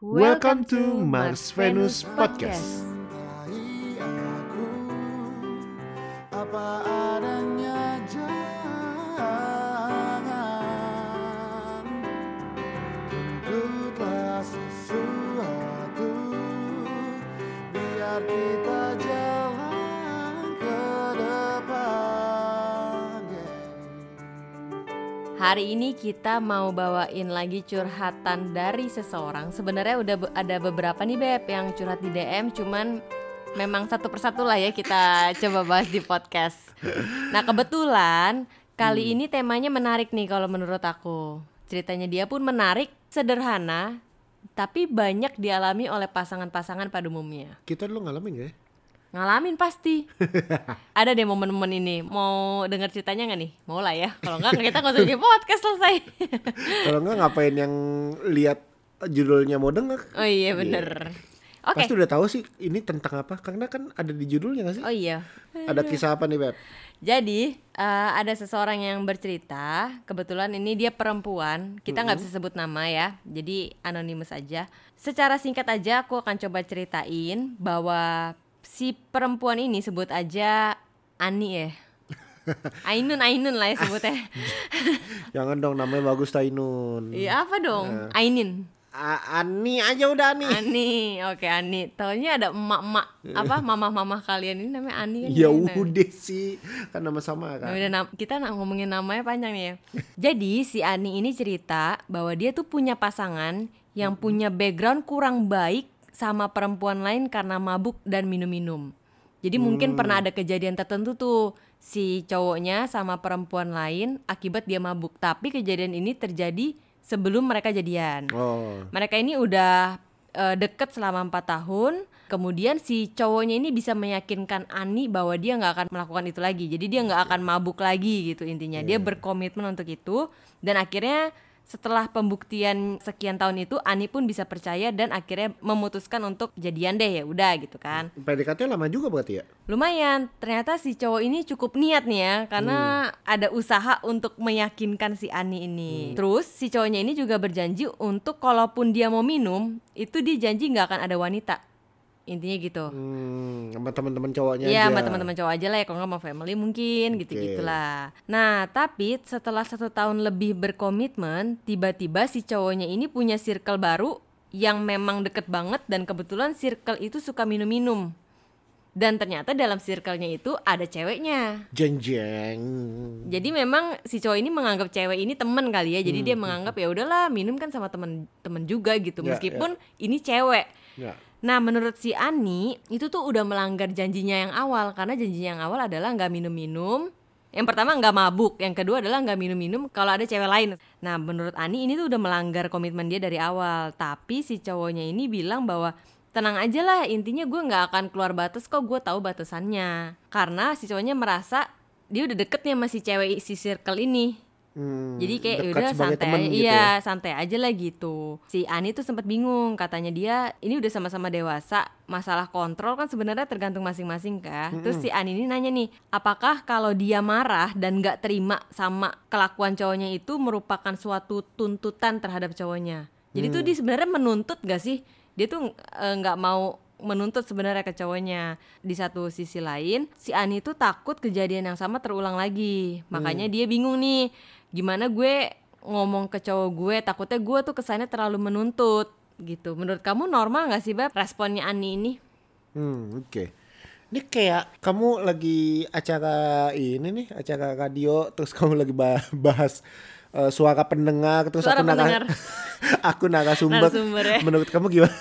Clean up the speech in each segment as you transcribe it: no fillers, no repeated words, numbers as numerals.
Welcome to Mars Venus Podcast. Apa adanya jangan tuntutlah sesuatu, biar kita jalan ke depan. Hari ini kita mau bawain lagi curhatan dari seseorang. Sebenarnya udah ada beberapa nih Beb yang curhat di DM, cuman memang satu persatu lah ya kita coba bahas di podcast. Nah kebetulan kali ini temanya menarik nih kalau menurut aku. Ceritanya dia pun menarik, sederhana, tapi banyak dialami oleh pasangan-pasangan pada umumnya. Kita dulu ngalamin gak ya? Ngalamin pasti. Ada deh momen-momen ini. Mau denger ceritanya gak nih? Mau lah ya. Kalau enggak kita gak usah bikin podcast, selesai. Kalau enggak ngapain yang lihat judulnya mau denger? Oh iya bener. Oke. Pasti udah tahu sih ini tentang apa, karena kan ada di judulnya gak sih? Oh iya. Ada kisah apa nih Beb? Jadi ada seseorang yang bercerita. Kebetulan ini dia perempuan. Kita gak bisa sebut nama ya. Jadi anonimus aja. Secara singkat aja aku akan coba ceritain bahwa si perempuan ini sebut aja Ani ya. Ainun lah ya sebutnya. Jangan dong, namanya bagus Tainun. Iya apa dong? Ainin. Ani aja udah Ani. Ani, oke Ani. Taunya ada emak-emak apa mamah-mamah kalian ini namanya Ani kan? Ya enak. udah sih, kan nama sama kan. Nah, udah kita ngomongin namanya panjang nih ya. Jadi si Ani ini cerita bahwa dia tuh punya pasangan yang punya background kurang baik sama perempuan lain karena mabuk dan minum-minum. Jadi mungkin pernah ada kejadian tertentu tuh si cowoknya sama perempuan lain akibat dia mabuk. Tapi kejadian ini terjadi sebelum mereka jadian. Mereka ini udah deket selama 4 tahun. Kemudian si cowoknya ini bisa meyakinkan Ani bahwa dia gak akan melakukan itu lagi. Jadi dia gak akan mabuk lagi gitu intinya. Dia berkomitmen untuk itu. Dan akhirnya setelah pembuktian sekian tahun itu Ani pun bisa percaya dan akhirnya memutuskan untuk jadian deh, ya udah gitu kan. PDKT lama juga berarti ya? Lumayan, ternyata si cowok ini cukup niat nih ya, karena ada usaha untuk meyakinkan si Ani ini. Terus si cowoknya ini juga berjanji untuk kalaupun dia mau minum, itu dia janji gak akan ada wanita. Intinya gitu. Sama teman-teman cowoknya aja. Iya, sama teman-teman cowok aja lah ya, kalau nggak mau family mungkin gitu-gitulah. Nah, tapi setelah 1 tahun lebih berkomitmen, tiba-tiba si cowoknya ini punya circle baru yang memang deket banget dan kebetulan circle itu suka minum-minum. Dan ternyata dalam circle-nya itu ada ceweknya. Jeng-jeng. Jadi memang si cowok ini menganggap cewek ini temen kali ya. Jadi dia menganggap ya udahlah minum kan sama temen juga gitu. Meskipun ini cewek. Ya. Nah menurut si Ani itu tuh udah melanggar janjinya yang awal. Karena janjinya yang awal adalah gak minum-minum. Yang pertama gak mabuk. Yang kedua adalah gak minum-minum kalau ada cewek lain. Nah menurut Ani ini tuh udah melanggar komitmen dia dari awal. Tapi si cowoknya ini bilang bahwa tenang aja lah, intinya gue gak akan keluar batas kok, gue tahu batasannya. Karena si cowoknya merasa dia udah deket nih sama si cewek si circle ini. Jadi kayak udah santai aja, gitu iya santai aja lah gitu. Si Ani tuh sempat bingung, katanya dia ini udah sama-sama dewasa, masalah kontrol kan sebenarnya tergantung masing-masing kan. Terus si Ani ini nanya nih, apakah kalau dia marah dan nggak terima sama kelakuan cowoknya itu merupakan suatu tuntutan terhadap cowoknya? Jadi tuh dia sebenarnya menuntut gak sih? Dia tuh nggak mau menuntut sebenarnya ke cowoknya. Di satu sisi lain, si Ani tuh takut kejadian yang sama terulang lagi. Makanya dia bingung nih, gimana gue ngomong ke cowok gue, takutnya gue tuh kesannya terlalu menuntut gitu. Menurut kamu normal gak sih Beb responnya Ani ini? Oke. Ini kayak kamu lagi acara ini nih, acara radio, terus kamu lagi bahas suara pendengar, terus Suara aku narasumber. Ya? Menurut kamu gimana?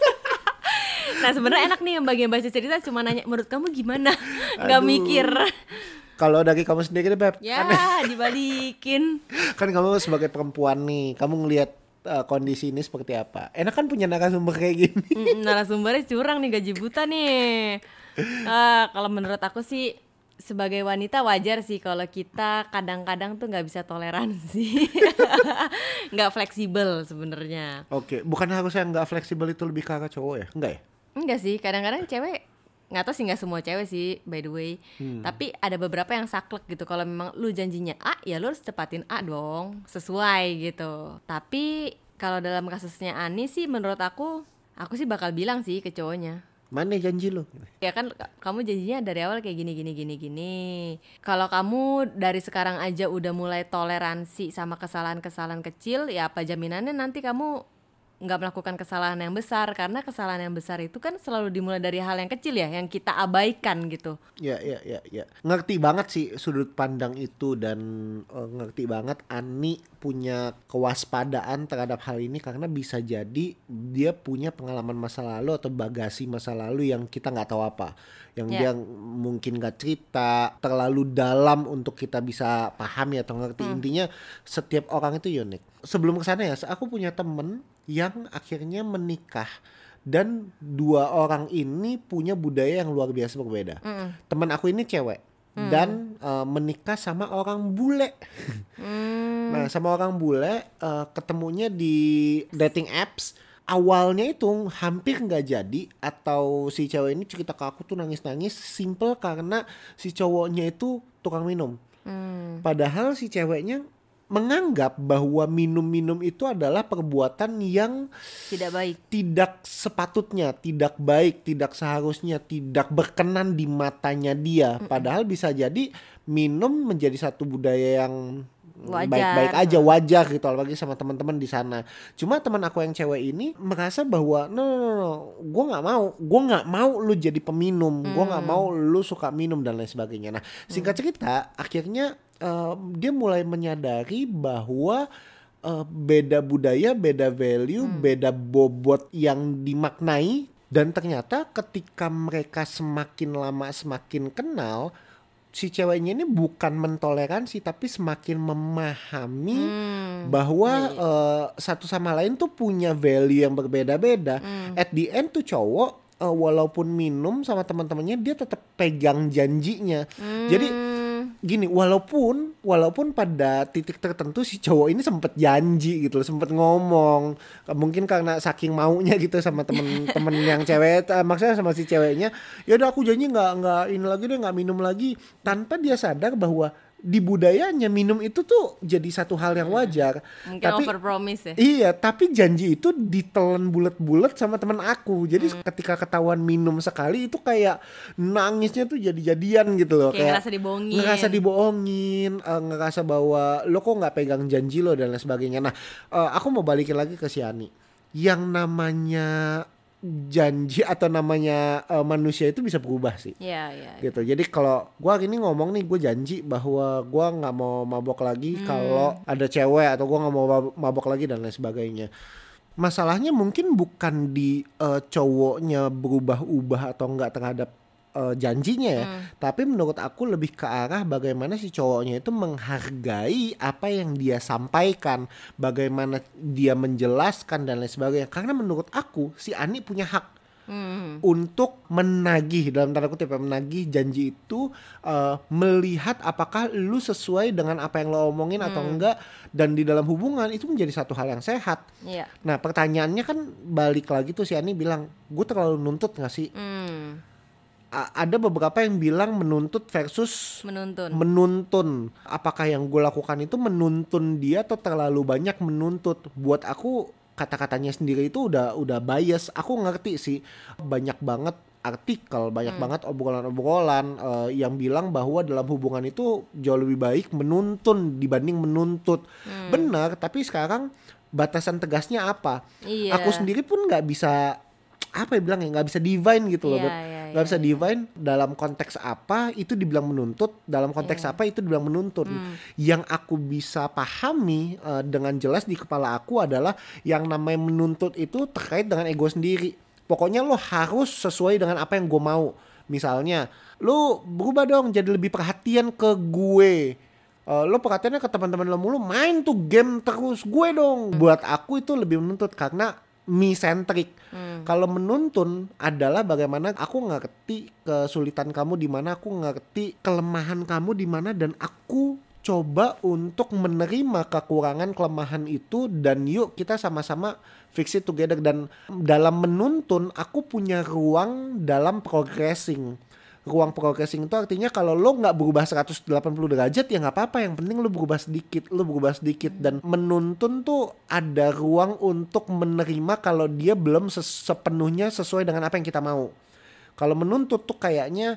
Nah sebenarnya enak nih yang bagian baca cerita cuma nanya menurut kamu gimana, nggak mikir. Kalau dari kamu sendiri deh Beb. Ya dibalikin. Kan kamu sebagai perempuan nih, kamu ngelihat kondisi ini seperti apa? Enak kan punya narasumber kayak gini. Narasumbernya curang nih, gaji buta nih. Kalau menurut aku sih sebagai wanita wajar sih kalau kita kadang-kadang tuh nggak bisa toleransi, nggak fleksibel sebenarnya. Oke, bukan harusnya nggak fleksibel itu lebih ke arah cowok ya? Enggak ya? Enggak sih, kadang-kadang cewek nggak tahu sih, nggak semua cewek sih by the way. Tapi ada beberapa yang saklek gitu. Kalau memang lu janjinya A, ya lu harus tepatin A dong, sesuai gitu. Tapi Kalau dalam kasusnya Ani sih menurut aku sih bakal bilang sih ke cowoknya. Mana janji lu? Ya kan kamu janjinya dari awal kayak gini. Kalau kamu dari sekarang aja udah mulai toleransi sama kesalahan-kesalahan kecil, ya apa jaminannya nanti kamu nggak melakukan kesalahan yang besar? Karena kesalahan yang besar itu kan selalu dimulai dari hal yang kecil ya, yang kita abaikan gitu. Ya. Ngerti banget sih sudut pandang itu, dan ngerti banget Ani punya kewaspadaan terhadap hal ini karena bisa jadi dia punya pengalaman masa lalu atau bagasi masa lalu yang kita nggak tahu apa, yang dia mungkin nggak cerita terlalu dalam untuk kita bisa pahami atau ngerti. Intinya setiap orang itu unik. Sebelum kesana ya, aku punya temen yang akhirnya menikah dan dua orang ini punya budaya yang luar biasa berbeda. Teman aku ini cewek dan menikah sama orang bule. Nah, sama orang bule ketemunya di dating apps. Awalnya itu hampir nggak jadi, atau si cewek ini cerita ke aku tuh nangis-nangis simple karena si cowoknya itu tukang minum. Padahal si ceweknya menganggap bahwa minum-minum itu adalah perbuatan yang Tidak baik. tidak sepatutnya, tidak baik, tidak seharusnya, tidak berkenan di matanya dia. Padahal bisa jadi minum menjadi satu budaya yang Wajar. baik-baik aja, wajar gitu, apalagi sama teman-teman di sana. Cuma teman aku yang cewek ini merasa bahwa no, gue nggak mau lu jadi peminum, gue nggak mau lu suka minum dan lain sebagainya. Nah, singkat cerita, akhirnya dia mulai menyadari bahwa beda budaya, beda value, beda bobot yang dimaknai, dan ternyata ketika mereka semakin lama semakin kenal, si ceweknya ini bukan mentoleransi tapi semakin memahami bahwa satu sama lain tuh punya value yang berbeda-beda. At the end tuh cowok walaupun minum sama teman-temannya dia tetap pegang janjinya. Jadi gini, walaupun pada titik tertentu si cowok ini sempet janji gitu loh, sempet ngomong, mungkin karena saking maunya gitu sama temen-temen yang cewek, maksudnya sama si ceweknya, ya udah aku janji nggak ini lagi deh, nggak minum lagi, tanpa dia sadar bahwa di budayanya minum itu tuh jadi satu hal yang wajar. Mungkin Tapi overpromise ya. iya, tapi janji itu ditelan bulat-bulat sama teman aku. Jadi ketika ketahuan minum sekali itu kayak nangisnya tuh jadi-jadian gitu loh. Kayak ngerasa dibohongin, ngerasa bahwa lo kok nggak pegang janji lo dan lain sebagainya. Nah, aku mau balikin lagi ke si Ani. Yang namanya janji atau namanya manusia itu bisa berubah sih. Iya. Gitu. Jadi kalau gue hari ini ngomong nih, gue janji bahwa gue nggak mau mabok lagi kalau ada cewek, atau gue nggak mau mabok lagi dan lain sebagainya. Masalahnya mungkin bukan di cowoknya berubah-ubah atau enggak terhadap janjinya ya, tapi menurut aku lebih ke arah bagaimana si cowoknya itu menghargai apa yang dia sampaikan, bagaimana dia menjelaskan dan lain sebagainya. Karena menurut aku si Ani punya hak untuk menagih, dalam tanda kutip menagih janji itu, melihat apakah lu sesuai dengan apa yang lo omongin atau enggak, dan di dalam hubungan itu menjadi satu hal yang sehat. Iya. Nah, pertanyaannya kan balik lagi tuh, si Ani bilang, gue terlalu nuntut gak sih? Ada beberapa yang bilang menuntut versus menuntun. Apakah yang gue lakukan itu menuntun dia atau terlalu banyak menuntut? Buat aku kata-katanya sendiri itu udah bias. Aku ngerti sih, banyak banget artikel, banyak banget obrolan-obrolan yang bilang bahwa dalam hubungan itu jauh lebih baik menuntun dibanding menuntut. Benar, tapi sekarang batasan tegasnya apa? Iya. Aku sendiri pun nggak bisa nggak bisa divine gitu loh, nggak bisa divine dalam konteks apa itu dibilang menuntut, dalam konteks apa itu dibilang menuntun. Yang aku bisa pahami dengan jelas di kepala aku adalah yang namanya menuntut itu terkait dengan ego sendiri. Pokoknya lo harus sesuai dengan apa yang gue mau. Misalnya lo berubah dong jadi lebih perhatian ke gue, lo perhatiannya ke teman-teman lo mulu, main tuh game terus gue dong. Buat aku itu lebih menuntut karena me-centric. Kalau menuntun adalah bagaimana aku ngerti kesulitan kamu di mana, aku ngerti kelemahan kamu di mana, dan aku coba untuk menerima kekurangan kelemahan itu, dan yuk kita sama-sama fix it together. Dan dalam menuntun aku punya ruang dalam progressing. ruang progressing itu artinya kalau lo nggak berubah 180 derajat ya nggak apa-apa, yang penting lo berubah sedikit, dan menuntun tuh ada ruang untuk menerima kalau dia belum sepenuhnya sesuai dengan apa yang kita mau. Kalau menuntut tuh kayaknya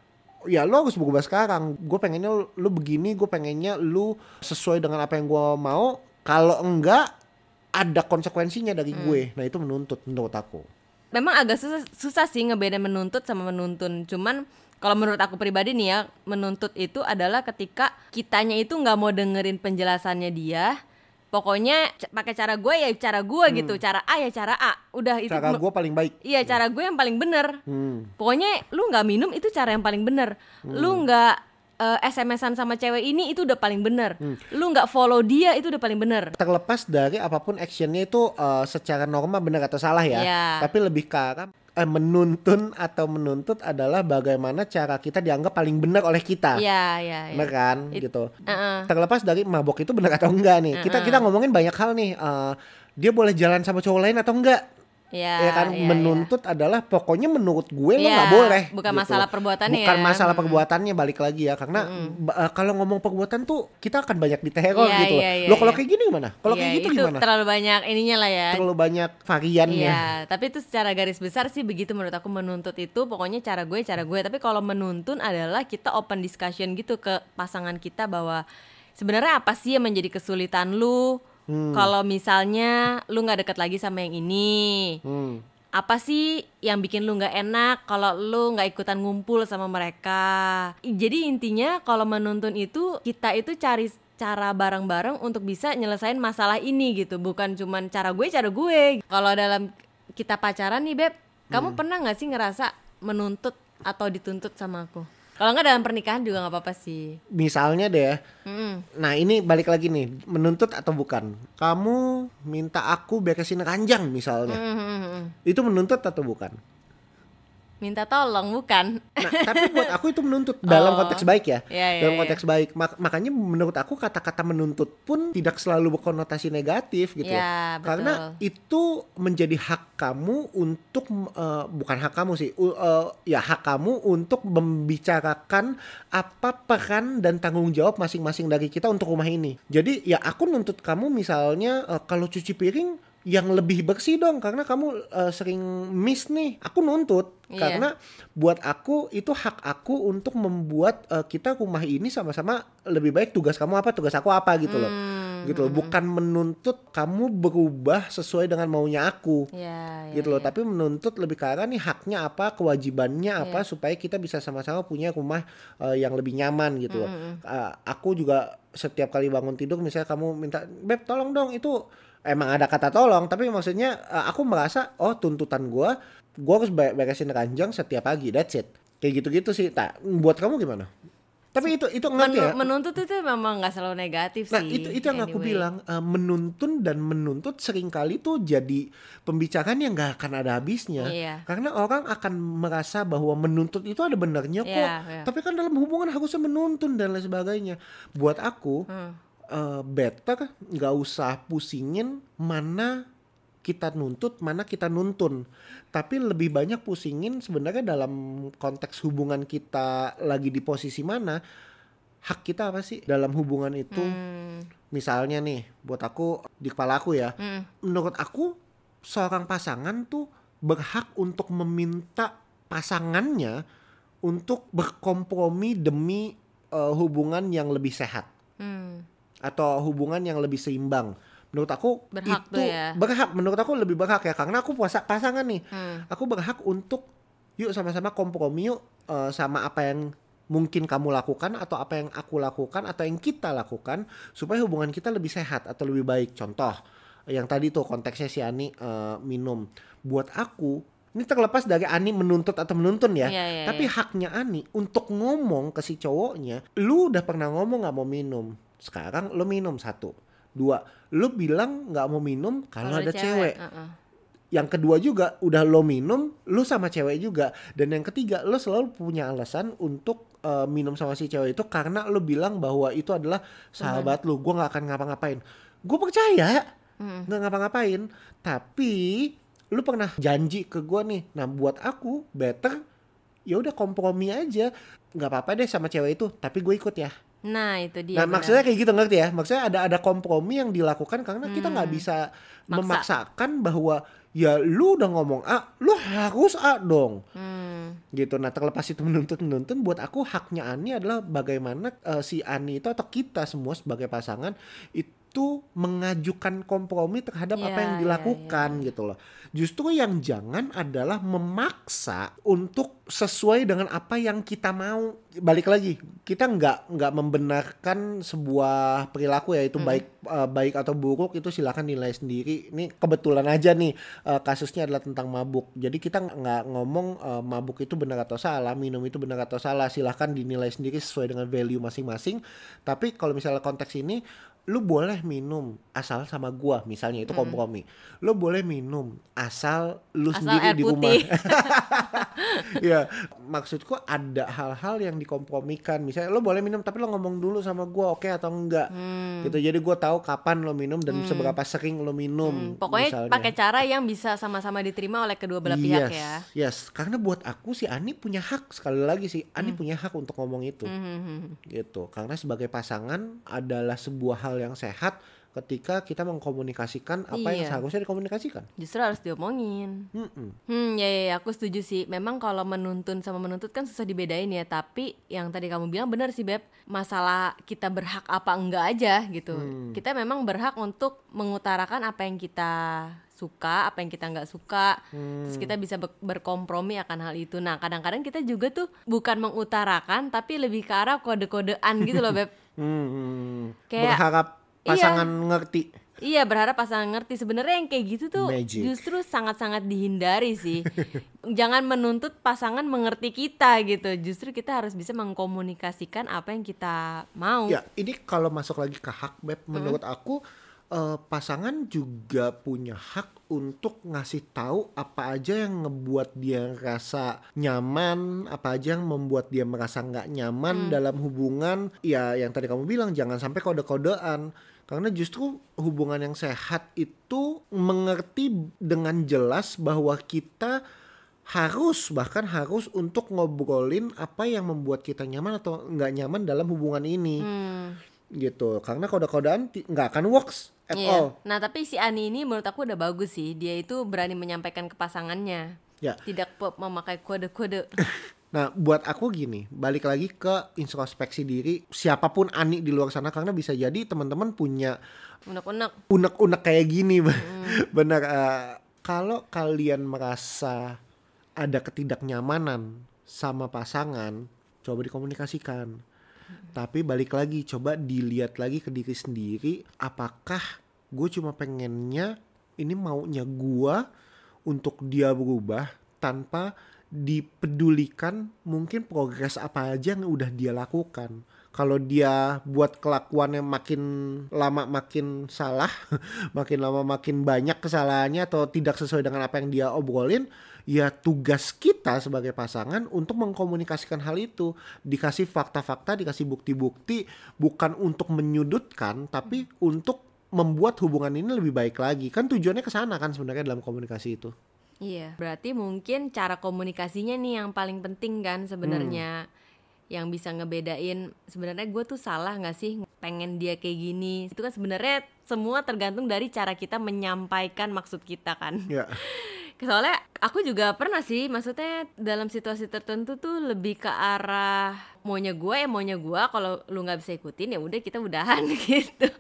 ya lo harus berubah sekarang, gue pengennya lo begini, gue pengennya lo sesuai dengan apa yang gue mau, kalau enggak ada konsekuensinya dari gue. Nah itu menuntut menurut aku. Memang agak susah sih ngebedain menuntut sama menuntun. Cuman kalau menurut aku pribadi nih ya, menuntut itu adalah ketika kitanya itu nggak mau dengerin penjelasannya dia. Pokoknya pakai cara gue ya cara gue gitu, cara A ya cara A. Udah itu Cara gue paling baik. Iya, cara gue yang paling bener. Pokoknya lu nggak minum itu cara yang paling bener. Lu nggak SMS-an sama cewek ini itu udah paling bener. Lu nggak follow dia itu udah paling bener. Terlepas dari apapun actionnya itu secara norma benar atau salah ya. Iya. Tapi lebih ke arah menuntun atau menuntut adalah bagaimana cara kita dianggap paling benar oleh kita. Iya. Benar kan gitu. Terlepas dari mabok itu benar atau enggak nih. Kita ngomongin banyak hal nih. Dia boleh jalan sama cowok lain atau enggak? Ya kan, menuntut adalah pokoknya menurut gue lo nggak boleh. Bukan gitu. masalah perbuatannya. Bukan masalah perbuatannya, balik lagi ya, karena kalau ngomong perbuatan tuh kita akan banyak diteror gitu. Lo kalau kayak gini gimana? Kalau kayak gitu itu gimana? terlalu banyak ininya lah ya. Terlalu banyak variannya. Iya, tapi itu secara garis besar sih begitu menurut aku. Menuntut itu pokoknya cara gue. Tapi kalau menuntun adalah kita open discussion gitu ke pasangan kita bahwa sebenarnya apa sih yang menjadi kesulitan lu? Kalau misalnya lu nggak deket lagi sama yang ini, apa sih yang bikin lu nggak enak kalau lu nggak ikutan ngumpul sama mereka? Jadi intinya kalau menuntun itu kita itu cari cara bareng-bareng untuk bisa nyelesain masalah ini gitu, bukan cuman cara gue. Kalau dalam kita pacaran nih Beb, kamu pernah nggak sih ngerasa menuntut atau dituntut sama aku? Kalau nggak dalam pernikahan juga nggak apa-apa sih. Misalnya deh, nah ini balik lagi nih, menuntut atau bukan? Kamu minta aku beresin ranjang misalnya, itu menuntut atau bukan? Minta tolong bukan? Nah, tapi buat aku itu menuntut dalam konteks baik ya. Dalam konteks baik. Makanya menurut aku kata-kata menuntut pun tidak selalu berkonotasi negatif gitu. Ya, betul. Karena itu menjadi hak kamu untuk bukan hak kamu sih. Ya hak kamu untuk membicarakan apa peran dan tanggung jawab masing-masing dari kita untuk rumah ini. Jadi ya aku nuntut kamu misalnya kalau cuci piring yang lebih bersih dong, karena kamu sering miss nih. Aku nuntut karena buat aku itu hak aku untuk membuat kita rumah ini sama-sama lebih baik. Tugas kamu apa, tugas aku apa gitu loh. Gitu loh. Bukan menuntut kamu berubah sesuai dengan maunya aku. Gitu loh. Tapi menuntut lebih ke arah nih haknya apa, kewajibannya apa, supaya kita bisa sama-sama punya rumah yang lebih nyaman gitu loh. Aku juga setiap kali bangun tidur misalnya kamu minta, Beb tolong dong, itu emang ada kata tolong, tapi maksudnya aku merasa tuntutan gue harus beresin ranjang setiap pagi, that's it. Kayak gitu-gitu sih. Buat kamu gimana? Tapi itu ngerti ya. Menuntut itu memang nggak selalu negatif nah, sih. Nah itu yang aku bilang, menuntun dan menuntut seringkali tuh jadi pembicaraan yang nggak akan ada habisnya. Karena orang akan merasa bahwa menuntut itu ada benarnya kok. Tapi kan dalam hubungan harusnya menuntun dan lain sebagainya. Buat aku better nggak usah pusingin mana kita nuntut, mana kita nuntun. Tapi lebih banyak pusingin sebenarnya dalam konteks hubungan kita lagi di posisi mana, hak kita apa sih dalam hubungan itu. Misalnya nih, buat aku, di kepala aku ya, menurut aku seorang pasangan tuh berhak untuk meminta pasangannya untuk berkompromi demi hubungan yang lebih sehat. Atau hubungan yang lebih seimbang. Menurut aku berhak itu berhak, menurut aku lebih berhak ya, karena aku pasangan nih. Aku berhak untuk yuk sama-sama kompromi yuk sama apa yang mungkin kamu lakukan atau apa yang aku lakukan atau yang kita lakukan supaya hubungan kita lebih sehat atau lebih baik. Contoh yang tadi tuh konteksnya si Ani minum. Buat aku ini terlepas dari Ani menuntut atau menuntun ya. Tapi haknya Ani untuk ngomong ke si cowoknya, lu udah pernah ngomong gak mau minum, sekarang lu minum. 1, 2, lu bilang gak mau minum kalau ada cewek. Yang kedua juga udah lo minum, lu sama cewek juga. Dan yang ketiga, lo selalu punya alasan untuk minum sama si cewek itu karena lo bilang bahwa itu adalah sahabat lu. Gue gak akan ngapa-ngapain. Gue percaya gak ngapa-ngapain. Tapi lu pernah janji ke gue nih. Nah buat aku better ya udah kompromi aja, nggak apa-apa deh sama cewek itu, tapi gue ikut ya. Nah itu dia. Nah benar. maksudnya kayak gitu, ngerti ya? Maksudnya ada kompromi yang dilakukan karena kita nggak bisa memaksakan bahwa ya lu udah ngomong A, lu harus A dong. Gitu. Nah terlepas itu menuntut, buat aku haknya Ani adalah bagaimana si Ani itu atau kita semua sebagai pasangan itu mengajukan kompromi terhadap apa yang dilakukan gitu loh. Justru yang jangan adalah memaksa untuk sesuai dengan apa yang kita mau. Balik lagi, kita nggak membenarkan sebuah perilaku ya itu baik atau buruk, itu silakan nilai sendiri. Ini kebetulan aja nih kasusnya adalah tentang mabuk. Jadi kita nggak ngomong mabuk itu benar atau salah, minum itu benar atau salah. Silakan dinilai sendiri sesuai dengan value masing-masing. Tapi kalau misalnya konteks ini, lu boleh minum asal sama gua, misalnya itu kompromi. Lu boleh minum asal lu sendiri di rumah. Ya, maksudku ada hal-hal yang dikompromikan. Misalnya lu boleh minum tapi lu ngomong dulu sama gua oke atau enggak. Gitu. Jadi gua tahu kapan lu minum dan seberapa sering lu minum. Pokoknya pakai cara yang bisa sama-sama diterima oleh kedua belah pihak ya. Yes, karena buat aku si Ani punya hak, sekali lagi sih Ani punya hak untuk ngomong itu. Gitu. Karena sebagai pasangan adalah sebuah hal yang sehat ketika kita mengkomunikasikan apa yang seharusnya dikomunikasikan. Justru harus diomongin. Ya, aku setuju sih. Memang kalau menuntun sama menuntut kan susah dibedain ya. Tapi yang tadi kamu bilang benar sih Beb. Masalah kita berhak apa enggak aja gitu. Kita memang berhak untuk mengutarakan apa yang kita suka, apa yang kita nggak suka. Terus kita bisa berkompromi akan hal itu. Nah kadang-kadang kita juga tuh bukan mengutarakan, tapi lebih ke arah kode-kodean gitu loh Beb. Kayak berharap pasangan ngerti. Iya, berharap pasangan ngerti. Sebenarnya yang kayak gitu tuh Magic. justru sangat-sangat dihindari sih. Jangan menuntut pasangan mengerti kita gitu. Justru kita harus bisa mengkomunikasikan apa yang kita mau. Ya, ini kalau masuk lagi ke hak Beb, menurut aku pasangan juga punya hak untuk ngasih tahu apa aja yang ngebuat dia rasa nyaman, apa aja yang membuat dia merasa nggak nyaman dalam hubungan. Ya yang tadi kamu bilang, jangan sampai kode-kodean. Karena justru hubungan yang sehat itu mengerti dengan jelas bahwa kita bahkan harus untuk ngobrolin apa yang membuat kita nyaman atau nggak nyaman dalam hubungan ini. Gitu, karena kode-kodean nggak akan works at all. Nah tapi si Ani ini menurut aku udah bagus sih. Dia itu berani menyampaikan ke pasangannya, tidak memakai kode-kode. Nah buat aku gini, balik lagi ke introspeksi diri siapapun Ani di luar sana, karena bisa jadi teman-teman punya unek-unek kayak gini. Benar, kalau kalian merasa ada ketidaknyamanan sama pasangan, coba dikomunikasikan. Tapi balik lagi, coba dilihat lagi ke diri sendiri, apakah gue cuma pengennya ini maunya gue untuk dia berubah tanpa dipedulikan mungkin progres apa aja yang udah dia lakukan. Kalau dia buat kelakuannya makin lama makin salah, makin lama makin banyak kesalahannya atau tidak sesuai dengan apa yang dia obrolin, ya tugas kita sebagai pasangan untuk mengkomunikasikan hal itu. Dikasih fakta-fakta, dikasih bukti-bukti, bukan untuk menyudutkan, tapi untuk membuat hubungan ini lebih baik lagi. Kan tujuannya ke sana kan sebenarnya dalam komunikasi itu. Iya, berarti mungkin cara komunikasinya nih yang paling penting kan sebenarnya. Yang bisa ngebedain sebenarnya gue tuh salah nggak sih pengen dia kayak gini. Itu kan sebenarnya semua tergantung dari cara kita menyampaikan maksud kita kan. Soalnya aku juga pernah sih, maksudnya dalam situasi tertentu tuh lebih ke arah maunya gue, kalau lu nggak bisa ikutin ya udah kita udahan gitu.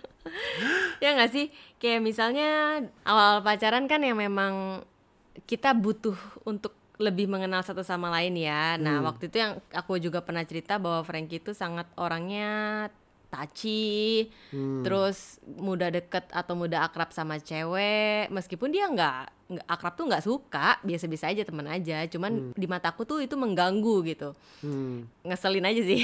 Ya nggak sih, kayak misalnya awal pacaran kan yang memang kita butuh untuk lebih mengenal satu sama lain ya. Nah waktu itu yang aku juga pernah cerita bahwa Frankie itu sangat orangnya touchy, terus mudah deket atau mudah akrab sama cewek, meskipun dia nggak akrab tuh nggak suka, biasa-biasa aja, teman aja, cuman di mataku tuh itu mengganggu gitu. Ngeselin aja sih.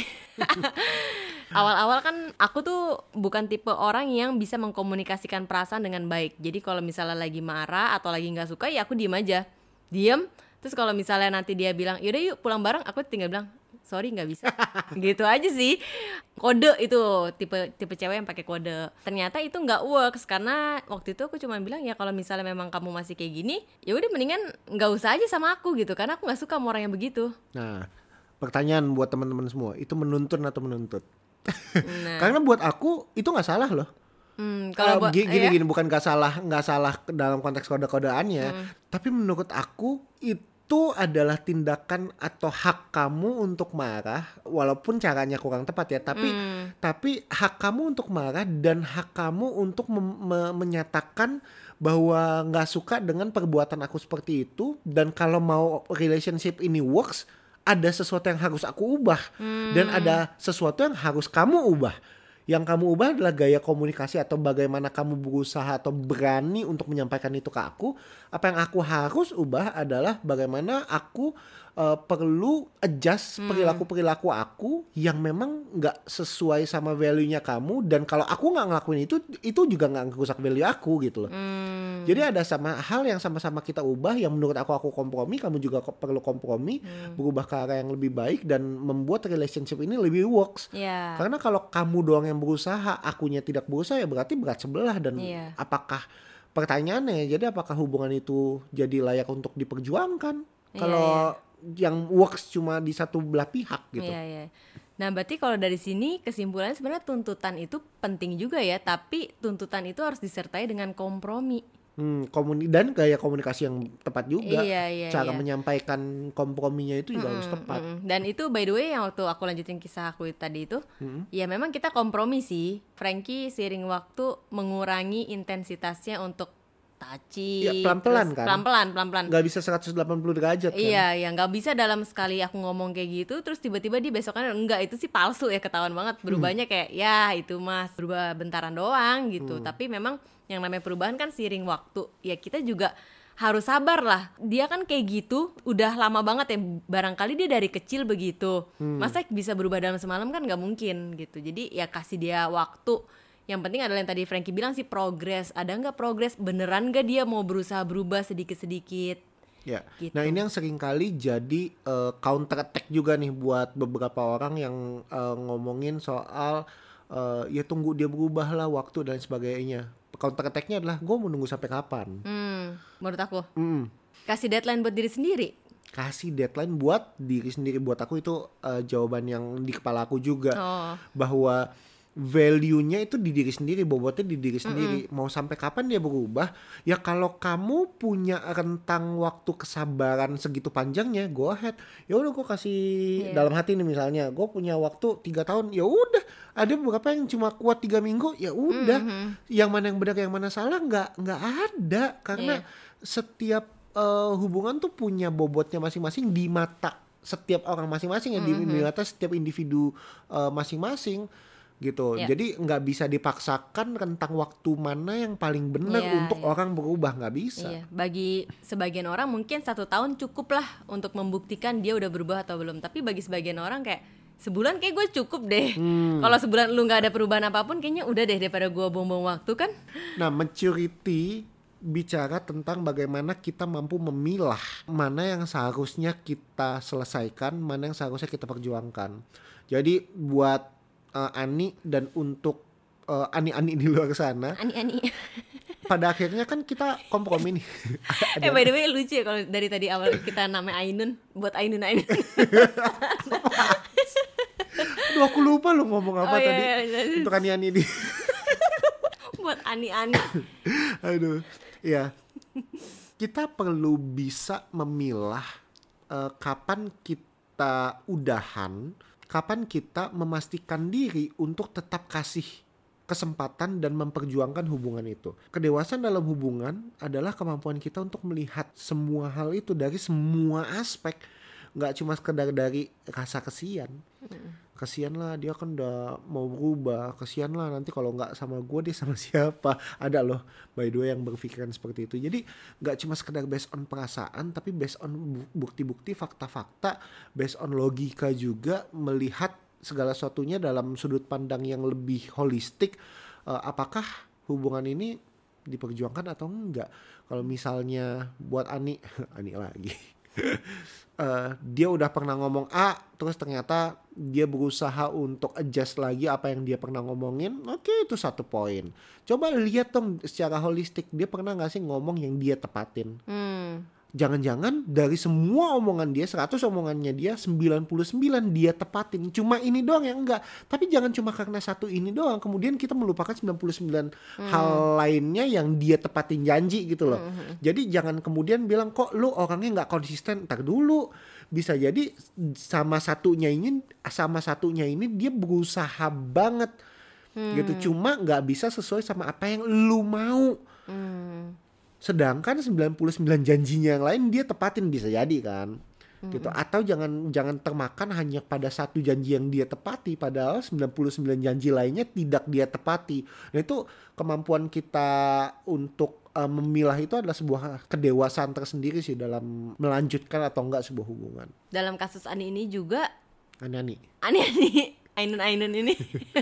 Awal-awal kan aku tuh bukan tipe orang yang bisa mengkomunikasikan perasaan dengan baik. Jadi kalau misalnya lagi marah atau lagi nggak suka ya aku diem aja, Terus kalau misalnya nanti dia bilang yaudah yuk pulang bareng, aku tinggal bilang sorry nggak bisa. Gitu aja sih. Kode itu tipe cewek yang pakai kode. Ternyata itu nggak works karena waktu itu aku cuma bilang ya kalau misalnya memang kamu masih kayak gini, ya udah mendingan nggak usah aja sama aku gitu karena aku nggak suka sama orang yang begitu. Nah, pertanyaan buat teman-teman semua, itu menuntun atau menuntut? Nah, Karena buat aku itu nggak salah loh. kalau buat Gini bukan nggak salah dalam konteks kode-kodeannya, tapi menurut aku itu adalah tindakan atau hak kamu untuk marah, walaupun caranya kurang tepat ya, tapi hak kamu untuk marah dan hak kamu untuk menyatakan bahwa nggak suka dengan perbuatan aku seperti itu, dan kalau mau relationship ini works, ada sesuatu yang harus aku ubah dan ada sesuatu yang harus kamu ubah. Yang kamu ubah adalah gaya komunikasi atau bagaimana kamu berusaha atau berani untuk menyampaikan itu ke aku. Apa yang aku harus ubah adalah bagaimana aku perlu adjust perilaku-perilaku aku yang memang nggak sesuai sama value-nya kamu. Dan kalau aku nggak ngelakuin itu juga nggak ngerusak value aku gitu loh. Jadi ada hal yang sama-sama kita ubah yang menurut aku kompromi, kamu juga perlu kompromi, berubah ke arah yang lebih baik dan membuat relationship ini lebih works. Yeah. Karena kalau kamu doang yang berusaha, akunya tidak berusaha ya berarti berat sebelah. Dan apakah pertanyaannya, jadi apakah hubungan itu jadi layak untuk diperjuangkan? Kalau yang works cuma di satu belah pihak gitu. Iya. Nah, berarti kalau dari sini kesimpulannya sebenarnya tuntutan itu penting juga ya, tapi tuntutan itu harus disertai dengan kompromi. Dan gaya komunikasi yang tepat juga. Iya. Cara menyampaikan komprominya itu juga harus tepat. Dan itu by the way yang waktu aku lanjutin kisah aku tadi itu, ya memang kita kompromi sih. Frankie seiring waktu mengurangi intensitasnya untuk touching. Ya, pelan-pelan kan. Pelan-pelan. Gak bisa 180 derajat kan. Iya, nggak bisa dalam sekali aku ngomong kayak gitu terus tiba-tiba dia besokannya enggak, itu sih palsu ya, ketahuan banget. Berubahnya kayak ya itu mas berubah bentaran doang gitu. Tapi memang yang namanya perubahan kan seiring waktu. Ya kita juga harus sabar lah. Dia kan kayak gitu udah lama banget ya, barangkali dia dari kecil begitu. Masa bisa berubah dalam semalam kan nggak mungkin gitu. Jadi ya kasih dia waktu. Yang penting adalah yang tadi Frankie bilang sih, progres. Ada nggak progres? Beneran nggak dia mau berusaha berubah sedikit-sedikit? Ya. Gitu. Nah ini yang sering kali jadi counter attack juga nih buat beberapa orang yang ngomongin soal ya tunggu dia berubah lah waktu dan sebagainya. Counter attacknya adalah gue mau nunggu sampai kapan? Menurut aku kasih deadline buat diri sendiri. Kasih deadline buat diri sendiri. Buat aku itu jawaban yang di kepala aku juga. Bahwa value-nya itu di diri sendiri, bobotnya di diri sendiri. Mau sampai kapan dia berubah? Ya kalau kamu punya rentang waktu kesabaran segitu panjangnya, go ahead. Ya udah gue kasih dalam hati nih misalnya, gue punya waktu 3 tahun. Ya udah, ada beberapa yang cuma kuat 3 minggu. Ya udah, yang mana yang benar yang mana salah nggak ada. Karena setiap hubungan tuh punya bobotnya masing-masing di mata setiap orang masing-masing ya, di mata setiap individu masing-masing. Gitu. Jadi nggak bisa dipaksakan rentang waktu mana yang paling benar untuk orang berubah, nggak bisa. Bagi sebagian orang mungkin 1 tahun cukup lah untuk membuktikan dia udah berubah atau belum. Tapi bagi sebagian orang kayak sebulan kayak gue cukup deh. Kalau sebulan lu nggak ada perubahan apapun, kayaknya udah deh daripada gue buang-buang waktu kan. Nah, maturity bicara tentang bagaimana kita mampu memilah mana yang seharusnya kita selesaikan, mana yang seharusnya kita perjuangkan. Jadi buat Ani dan untuk Ani-Ani di luar sana. Ani. Pada akhirnya kan kita kompromi nih. By the way lucu ya kalau dari tadi awal kita namanya Ainun, buat Ainun. Aduh aku lupa lu ngomong apa tadi. Untuk Ani-Ani di. Buat Ani. Aduh, ya. Kita perlu bisa memilah kapan kita udahan, kapan kita memastikan diri untuk tetap kasih kesempatan dan memperjuangkan hubungan itu. Kedewasaan dalam hubungan adalah kemampuan kita untuk melihat semua hal itu dari semua aspek. Gak cuma sekedar dari rasa kesian. Kesian lah dia kan udah mau berubah. Kesian lah nanti kalau gak sama gue dia sama siapa. Ada loh by the way yang berpikiran seperti itu. Jadi gak cuma sekedar based on perasaan, tapi based on bukti-bukti, fakta-fakta, based on logika juga, melihat segala sesuatunya dalam sudut pandang yang lebih holistik. Apakah hubungan ini diperjuangkan atau enggak? Kalau misalnya buat Ani lagi. Dia udah pernah ngomong A, terus ternyata dia berusaha untuk adjust lagi apa yang dia pernah ngomongin. Oke, itu 1 poin. Coba lihat dong secara holistik, dia pernah gak sih ngomong yang dia tepatin? Jangan-jangan dari semua omongan dia, 100 omongannya dia, 99 dia tepatin. Cuma ini doang yang enggak. Tapi jangan cuma karena 1 ini doang kemudian kita melupakan 99 hal lainnya yang dia tepatin janji gitu loh. Jadi jangan kemudian bilang kok lu orangnya gak konsisten. Ntar dulu, bisa jadi sama satunya ini dia berusaha banget gitu. Cuma gak bisa sesuai sama apa yang lu mau. Sedangkan 99 janjinya yang lain dia tepatin, bisa jadi kan. Gitu. Atau jangan termakan hanya pada 1 janji yang dia tepati padahal 99 janji lainnya tidak dia tepati. Nah, itu kemampuan kita untuk memilah itu adalah sebuah kedewasaan tersendiri sih dalam melanjutkan atau enggak sebuah hubungan. Dalam kasus Ani ini juga Ani Ainun ini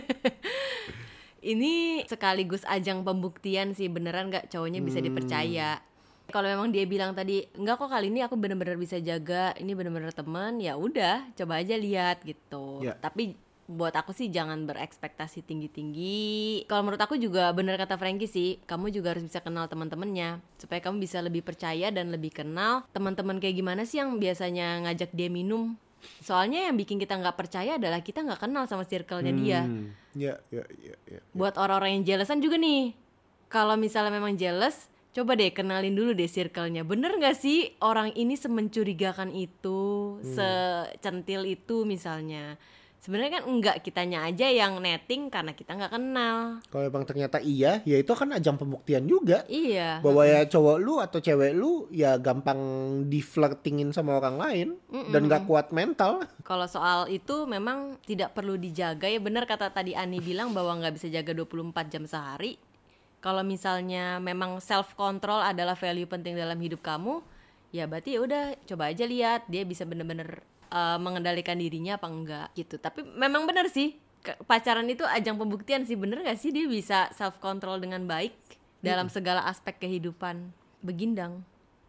ini sekaligus ajang pembuktian sih beneran gak cowoknya bisa dipercaya. Kalau memang dia bilang tadi enggak kok kali ini aku bener-bener bisa jaga, ini bener-bener teman, ya udah coba aja lihat gitu. Tapi buat aku sih jangan berekspektasi tinggi-tinggi. Kalau menurut aku juga bener kata Frankie sih, kamu juga harus bisa kenal teman-temannya supaya kamu bisa lebih percaya dan lebih kenal teman-teman kayak gimana sih yang biasanya ngajak dia minum. Soalnya yang bikin kita nggak percaya adalah kita nggak kenal sama circle-nya dia. Ya. Buat orang-orang yang jealousan juga nih, kalau misalnya memang jealous, coba deh kenalin dulu deh circle-nya. Bener nggak sih orang ini semencurigakan itu, secentil itu misalnya. Sebenarnya kan enggak, kitanya aja yang netting karena kita nggak kenal. Kalau emang ternyata iya, ya itu kan ajang pembuktian juga. Iya. Bahwa ya cowok lu atau cewek lu ya gampang di-flirtingin sama orang lain dan gak kuat mental. Kalau soal itu memang tidak perlu dijaga ya, benar kata tadi Ani bilang bahwa nggak bisa jaga 24 jam sehari. Kalau misalnya memang self control adalah value penting dalam hidup kamu, ya berarti ya udah coba aja lihat dia bisa bener-bener mengendalikan dirinya apa enggak gitu. Tapi memang benar sih pacaran itu ajang pembuktian sih, bener gak sih dia bisa self control dengan baik dalam segala aspek kehidupan. Begindang.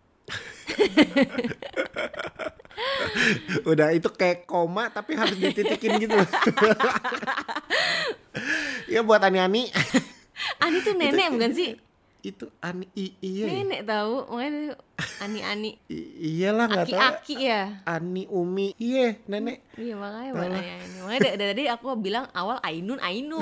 Udah itu kayak koma tapi harus dititikin gitu. Ya buat Ani Ani tuh nenek bukan sih? Itu Ani iya. Nenek tahu, makanya Ani. Iyalah nggak tahu. Aki ya. Ani Umi, iya nenek. Iya makanya buat Ani. Makanya dari tadi aku bilang awal Ainun.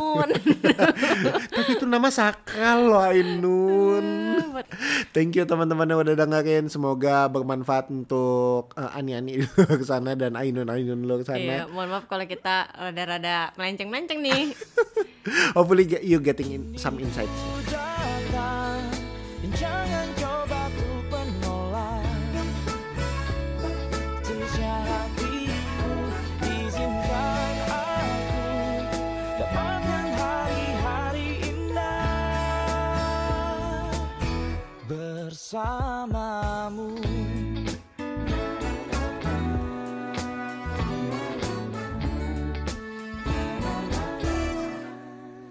Tapi itu nama sakral loh Ainun. Thank you teman-teman yang udah dengerin. Semoga bermanfaat untuk Ani di luar sana dan Ainun luar sana. Iya, mohon maaf kalau kita rada-rada melenceng-melenceng nih. Hopefully you getting some insights. Jangan coba tuh menolak. Tulusnya hatiku, izinkan aku dapatkan hari-hari indah bersamamu.